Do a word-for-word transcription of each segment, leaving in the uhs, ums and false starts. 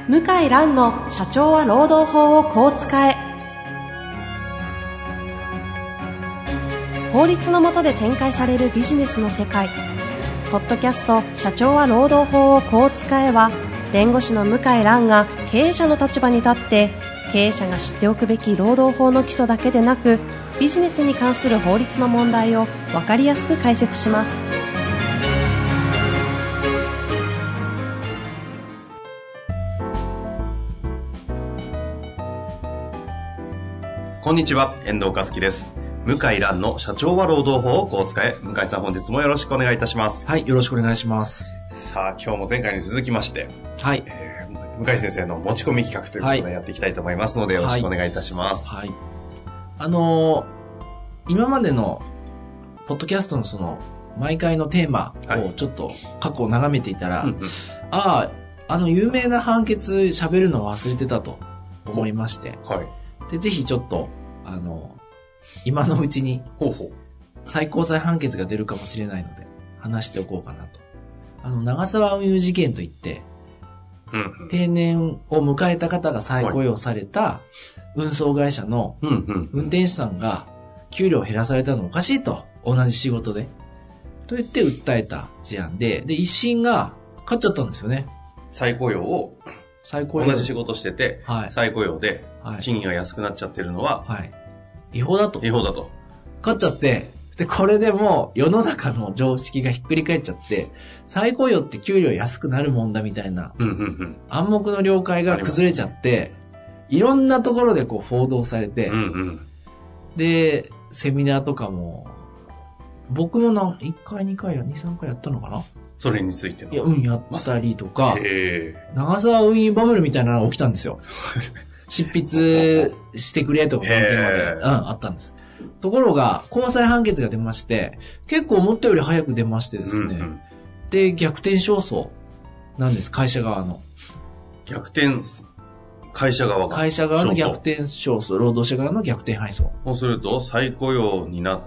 向井蘭の社長は労働法をこう使え。法律の下で展開されるビジネスの世界。ポッドキャスト社長は労働法をこう使えは、弁護士の向井蘭が経営者の立場に立って経営者が知っておくべき労働法の基礎だけでなく、ビジネスに関する法律の問題を分かりやすく解説します。 こんにちは、遠藤和樹です。向井蘭の社長は労働法をこう使え。向井さん、本日もよろしくお願いいたします。 はい、よろしくお願いします。 さあ、今日も前回に続きまして、 はい、 えー、向井先生の持ち込み企画ということでやっていきたいと思いますので、はい、よろしくお願いいたします。 はい。はい、あのー、今までのポッドキャストのその毎回のテーマをちょっと過去を眺めていたら、はい、ああ、あの有名な判決喋るのを忘れてたと思いまして、はい、でぜひちょっとあの今のうちに最高裁判決が出るかもしれないので話しておこうかなと。あの長沢運輸事件といって、うんうん、定年を迎えた方が再雇用された運送会社の運転手さんが給料を減らされたのおかしいと、同じ仕事でと言って訴えた事案で、で一審が勝っちゃったんですよね。 再雇用を再雇用同じ仕事してて、はい、再雇用で賃金が安くなっちゃってるのは、はい、 違法だと。 違法だと。 勝っちゃって、で、これでもう世の中の常識がひっくり返っちゃって、再雇用って給料安くなるもんだみたいな、うんうんうん、暗黙の了解が崩れちゃって、いろんなところでこう報道されて、うんうん、で、セミナーとかも、僕もな、いっかい、にかいや、に、さんかいやったのかな？ それについての。 いや、うん、やったりとか、長沢運輸バブルみたいなのが起きたんですよ。執筆してくれとか関係まで、うん、あったんです。ところが、高裁判決が出まして、結構思ったより早く出ましてですね、うんうん、で、逆転勝訴なんです、会社側の。 逆転、会社側が会社側の逆転勝訴、労働者側の逆転敗訴。 そうすると、再雇用になって、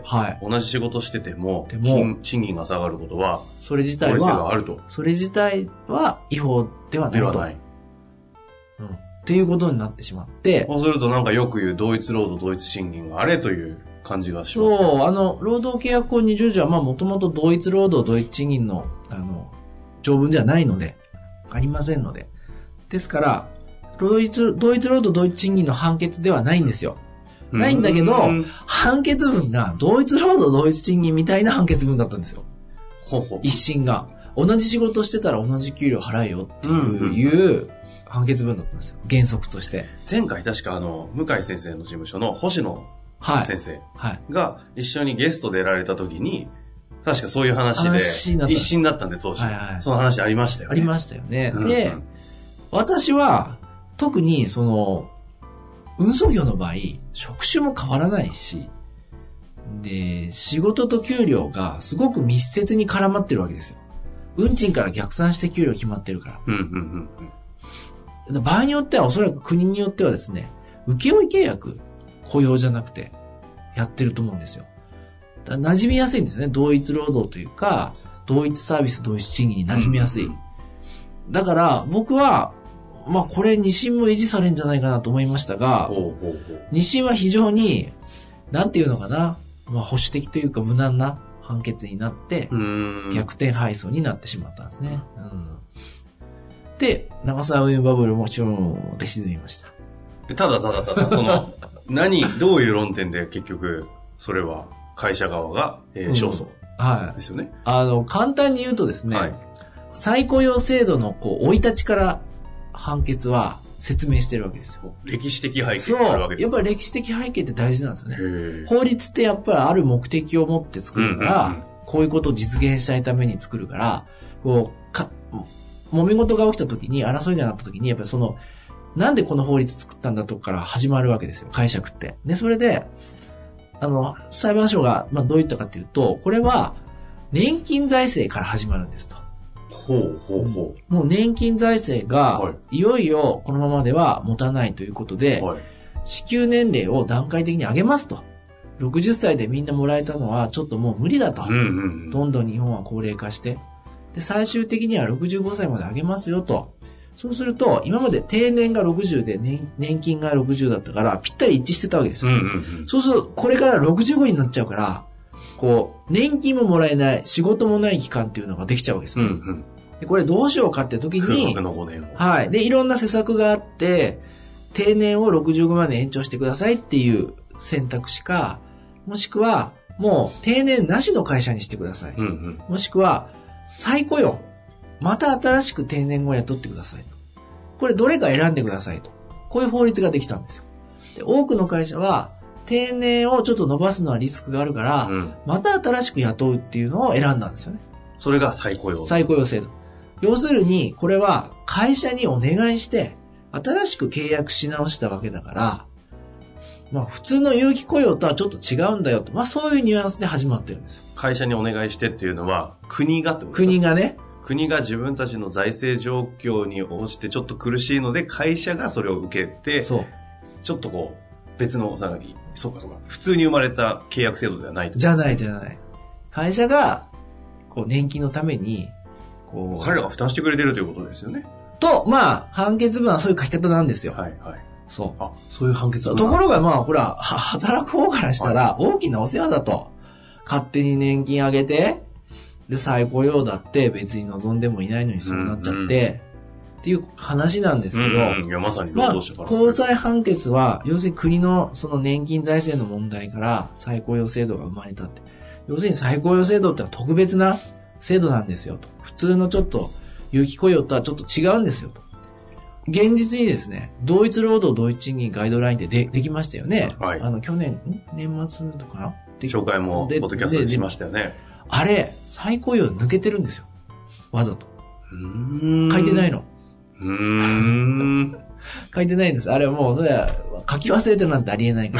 はい、同じ仕事してても、でも賃金が下がることは、 それ自体は、 法律があると。 それ自体は違法ではないと。ではない。うん。っていうことになってしまって。 そうするとなんかよく言う同一労働同一賃金があれという感じがしますね。 そう、あの、労働契約法にじゅう条はまあもともと同一労働同一賃金の、あの、条文ではないので、ありませんので。ですから、同一、同一労働同一賃金の判決ではないんですよ。ないんだけど、判決文が同一労働同一賃金みたいな判決文だったんですよ。ほうほう。一審が。同じ仕事してたら同じ給料払えよっていう、うんうん、いう判決文だったんですよ。原則として。 前回確かあの、向井先生の事務所の星野先生が一緒にゲストでやられた時に、確かそういう話で、一審だったんで当時、はいはい。その話ありましたよね。 ありましたよね。うんうん、で、私は、特にその、運送業の場合、職種も変わらないし、で、仕事と給料がすごく密接に絡まってるわけですよ。運賃から逆算して給料決まってるから。うんうんうんうん、場合によってはおそらく国によってはですね、請負契約、雇用じゃなくてやってると思うんですよ。だから馴染みやすいんですよね。同一労働というか、同一サービス同一賃金に馴染みやすい。うんうん、だから僕は、まあこれ二審も維持されるんじゃないかなと思いましたが、ほうほうほう、二審は非常に、なんていうのかな、まあ保守的というか無難な判決になって、逆転敗訴になってしまったんですね。うん、で、長沢運輸バブルもちろんで沈みました。 ただただただ、その、何、どういう論点で結局、それは会社側が、えー、勝訴、うん、はい。ですよね。 あの、簡単に言うとですね、はい、再雇用制度のこう、生い立ちから判決は説明してるわけですよ。 歴史的背景があるわけですか。 そう。やっぱり歴史的背景って大事なんですよね。法律ってやっぱりある目的を持って作るから、うんうんうん、こういうことを実現したいために作るから、こう、か、揉め事が起きた時に、争いがなった時に、やっぱりその、なんでこの法律作ったんだとから始まるわけですよ、解釈って。で、それで、あの、裁判所が、まあどう言ったかっていうと、これは、年金財政から始まるんですと。 ほうほうほう。もう年金財政が、はい、いよいよこのままでは持たないということで、はい、支給年齢を段階的に上げますと。ろくじゅっさいでみんなもらえたのはちょっともう無理だと。うんうんうん、どんどん日本は高齢化して。で、最終的にはろくじゅうごさいまで上げますよと。 そうすると、今まで定年がろくじゅうで 年, 年金がろくじゅうだったから、ぴったり一致してたわけですよ。 うんうんうん、 そうすると、これからろくじゅうごになっちゃうから、こう、年金ももらえない、仕事もない期間っていうのができちゃうわけですよ。 うんうん、 でこれどうしようかって時に、 空白のごねんを。 はい。で、いろんな施策があって、定年をろくじゅうごまで延長してくださいっていう選択肢か、もしくは、もう定年なしの会社にしてください。 うんうん、 もしくは、再雇用。また新しく定年後を雇ってください。これどれか選んでくださいと。こういう法律ができたんですよ。で、多くの会社は、定年をちょっと伸ばすのはリスクがあるから、うん、また新しく雇うっていうのを選んだんですよね。 それが再雇用。 再雇用制度。要するに、これは会社にお願いして、新しく契約し直したわけだから、まあ普通の有期雇用とはちょっと違うんだよと。まあそういうニュアンスで始まってるんですよ。 会社にお願いしてっていうのは、国がってことですか？ 国がね。 国が自分たちの財政状況に応じてちょっと苦しいので、会社がそれを受けて、そうちょっとこう、別の、さらに、そうかそうか、普通に生まれた契約制度ではないと、ね。 じゃないじゃない。会社が、こう、年金のために、こう。 彼らが負担してくれてるということですよね。 と、まあ、判決文はそういう書き方なんですよ。 はいはい。 そう。 あ、そういう判決文。 ところがまあ、ほら、働く方からしたら、大きなお世話だと。勝手に年金上げて、で、再雇用だって別に望んでもいないのにそうなっちゃって、うんうん、っていう話なんですけど、 うんうん、いやまさに労働者から、 まあ、高裁判決は、要するに国のその年金財政の問題から再雇用制度が生まれたって。要するに再雇用制度ってのは特別な制度なんですよと。普通のちょっと有期雇用とはちょっと違うんですよと。現実にですね、同一労働同一賃金ガイドラインってでできましたよね。はい、あの去年、年末とかな紹介もポッドキャストでしましたよね。 あれ、再雇用抜けてるんですよ。わざと。うーん書いてないの。 うーん書いてないんです。あれはもう、それは書き忘れてるなんてありえないから。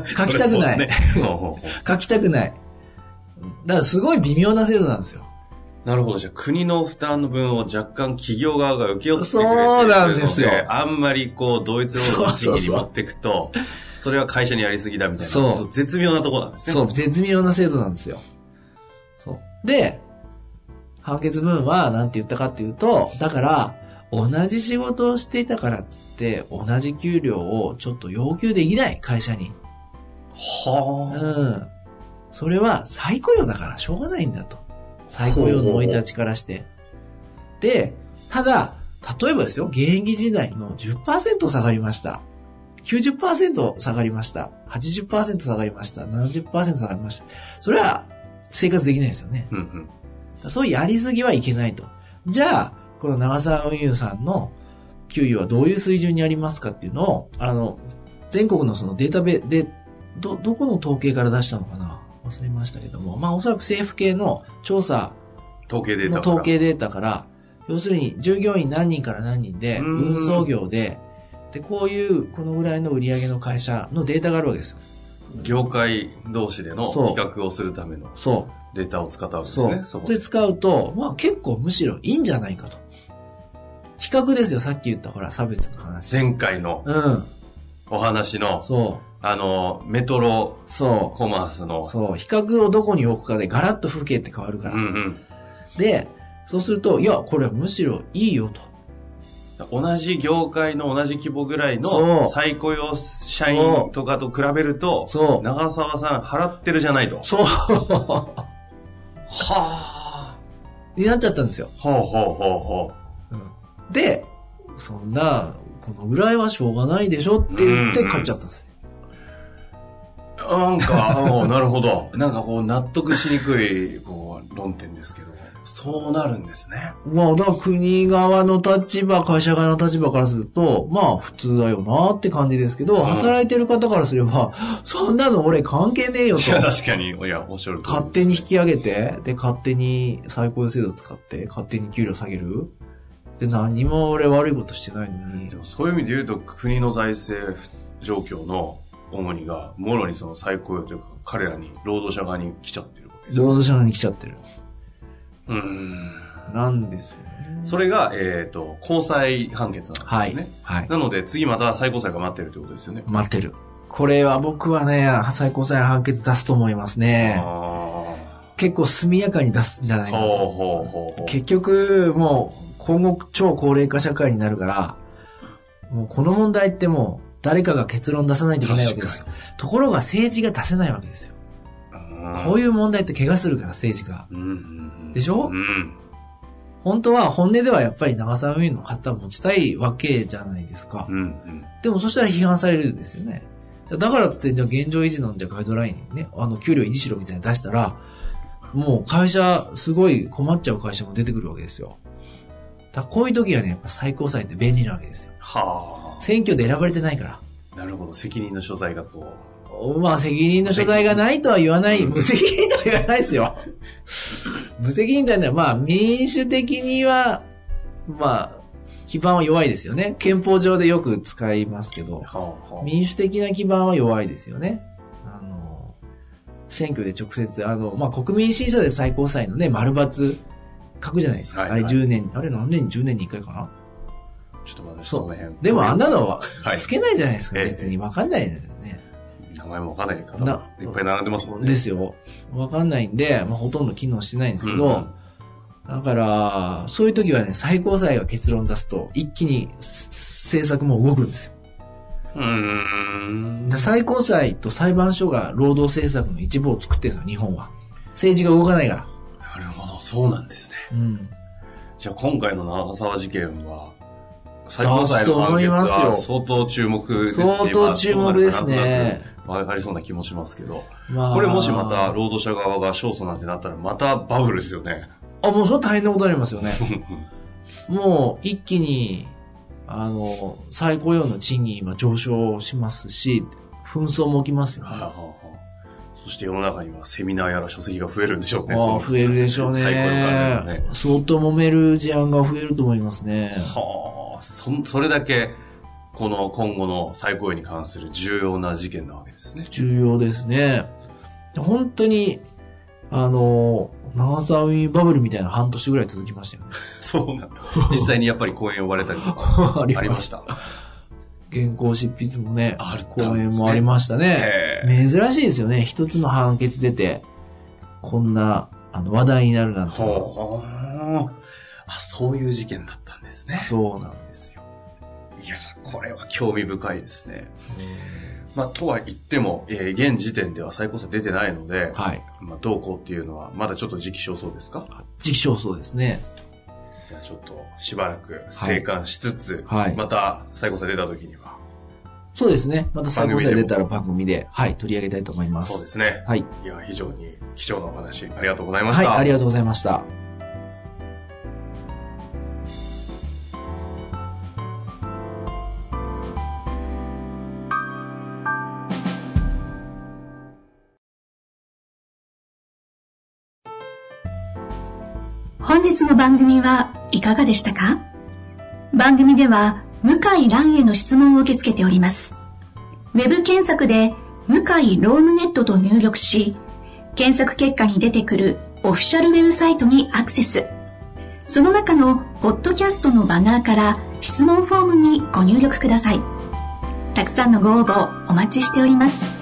書きたくない。ね、書きたくない。だからすごい微妙な制度なんですよ。 なるほど。じゃあ国の負担の分を若干企業側が請け負ってくれているそうなんですよ。 あんまりこう、同一労働の賃金に持っていくと、そうそうそうそれは会社にやりすぎだみたいな。そう。そう絶妙なところなんですね。 そう、絶妙な制度なんですよ。そう。で、判決文は何て言ったかっていうと、だから、同じ仕事をしていたからっつって、同じ給料をちょっと要求できない、会社に。 はあ。 うん。それは再雇用だからしょうがないんだと。再雇用の生い立ちからして。で、ただ、例えばですよ、現役時代の じゅっパーセント 下がりました。きゅうじゅっパーセント 下がりました。はちじゅっパーセント 下がりました。ななじゅっパーセント 下がりました。それは生活できないですよね。 うんうん、 そういうやりすぎはいけないと。じゃあ、この長澤運輸さんの給与はどういう水準にありますかっていうのを、あの、全国のそのデータベで、ど、どこの統計から出したのかな忘れましたけども、まあおそらく政府系の調査統計データの統計データから、要するに従業員何人から何人で、運送業で、で、こういう、このぐらいの売り上げの会社のデータがあるわけですよ。 業界同士での比較をするためのデータを使ったわけですね。 そう。そで使うと、まあ結構むしろいいんじゃないかと。比較ですよ、さっき言ったほら、差別の話。 前回のお話の、 うん、そう。 あの、メトロコマースの。 そう。そう。比較をどこに置くかでガラッと風景って変わるから。 うんうん、 で、そうすると、いや、これはむしろいいよと。 同じ業界の同じ規模ぐらいの再雇用社員とかと比べると、長澤さん払ってるじゃないと。 そう。 はあ。 になっちゃったんですよ。 ほうほうほうほう。うん、で、そんな、このぐらいはしょうがないでしょって言って買っちゃったんですよ。 うんうん、なんか、なるほど。なんかこう納得しにくいこう論点ですけど。そうなるんですね。 まあ、だから国側の立場、会社側の立場からすると、まあ普通だよなって感じですけど、うん、働いてる方からすれば、そんなの俺関係ねえよと。 いや、確かに、いや、おっしゃるとおり。 勝手に引き上げて、で、勝手に再雇用制度使って、勝手に給料下げる。で、何も俺悪いことしてないのに。 でもそういう意味で言うと、国の財政状況の主にが、もろにその再雇用というか、彼らに、労働者側に来ちゃってるわけです。 労働者側に来ちゃってる。 うーんなんですよね。 それが、えっと、高裁判決なんですね。はい。はい、なので、次また最高裁が待ってるということですよね。 待ってる。これは僕はね、最高裁判決出すと思いますね。あ結構速やかに出すんじゃないかと。ほうほうほうほう結局、もう、 今後超高齢化社会になるから、もうこの問題ってもう誰かが結論出さないといけないわけですよ。ところが政治が出せないわけですよ。こういう問題って怪我するから政治が。うんうんうん、でしょ、うん、本当は本音ではやっぱり長澤運輸の方持ちたいわけじゃないですか。うんうん、でもそしたら批判されるんですよね。だからつってじゃあ現状維持なんじゃガイドラインにね、あの給料維持しろみたいなの出したら、もう会社すごい困っちゃう会社も出てくるわけですよ。だからこういう時はね、やっぱ最高裁って便利なわけですよ。はあ。選挙で選ばれてないから。 なるほど。責任の所在がこう。まあ責任の所在がないとは言わない。無責任とは言わないですよ。無責任というのはまあ民主的には、まあ基盤は弱いですよね。憲法上でよく使いますけど、はあはあ、民主的な基盤は弱いですよね。あの選挙で直接あのまあ国民審査で最高裁のね丸×書くじゃないですか。はいはい、あれじゅうねん、あれ何年じゅうねんにいっかいかな。 ちょっとまだその辺。 でもあんなのはつけないじゃないですか。はい、別にわかんないんだよね。 名前もわかんない方がいっぱい並んでますもんね。 ですよ。わかんないんで、まあ、ほとんど機能してないんですけど、うんうん、だから、そういう時はね、最高裁が結論出すと、一気に政策も動くんですよ。うーん。最高裁と裁判所が労働政策の一部を作ってるんですよ、日本は。政治が動かないから。 なるほど、そうなんですね。うん。じゃあ今回の長沢事件は、最高裁の判決は相当注目ですし、 相当注目ですね。 わかりそうな気もしますけど、まあ、これもしまた労働者側が勝訴なんてなったらまたバブルですよね。 あ、もうそれ大変なことになりますよね。もう一気に、あの、最高用の賃金今上昇しますし、紛争も起きますよね。はあはあ、 そして世の中にはセミナーやら書籍が増えるんでしょうね。 ああ、増えるでしょうね。最高用ね。相当揉める事案が増えると思いますね。 はあ、そ、それだけ、この今後の最高位に関する重要な事件なわけですね。 重要ですね。本当に、あの、長澤ウィーバブルみたいな半年ぐらい続きましたよね。 そうなんだ。実際にやっぱり講演呼ばれたりとかありました。 原稿執筆もね、ある講演もありましたね。珍しいですよね。一つの判決出て、こんなあの話題になるなんて。 あ、そういう事件だったんですね。 そうなんですよ。 いや、これは興味深いですね。まあ、とは言っても、えー、現時点では最高裁出てないので、はい。まあ、どうこうっていうのは、まだちょっと時期尚早ですか？ 時期尚早ですね。 じゃあちょっと、しばらく静観しつつ、はい。また、最高裁出た時には。 そうですね。また最高裁出たら番組で、はい、取り上げたいと思います。 そうですね。はい。いや、非常に貴重なお話、ありがとうございました。 はい、ありがとうございました。 本日の番組はいかがでしたか？番組では向井蘭への質問を受け付けております。ウェブ検索で向井ロームネットと入力し、検索結果に出てくるオフィシャルウェブサイトにアクセス。その中のポッドキャストのバナーから質問フォームにご入力ください。たくさんのご応募お待ちしております。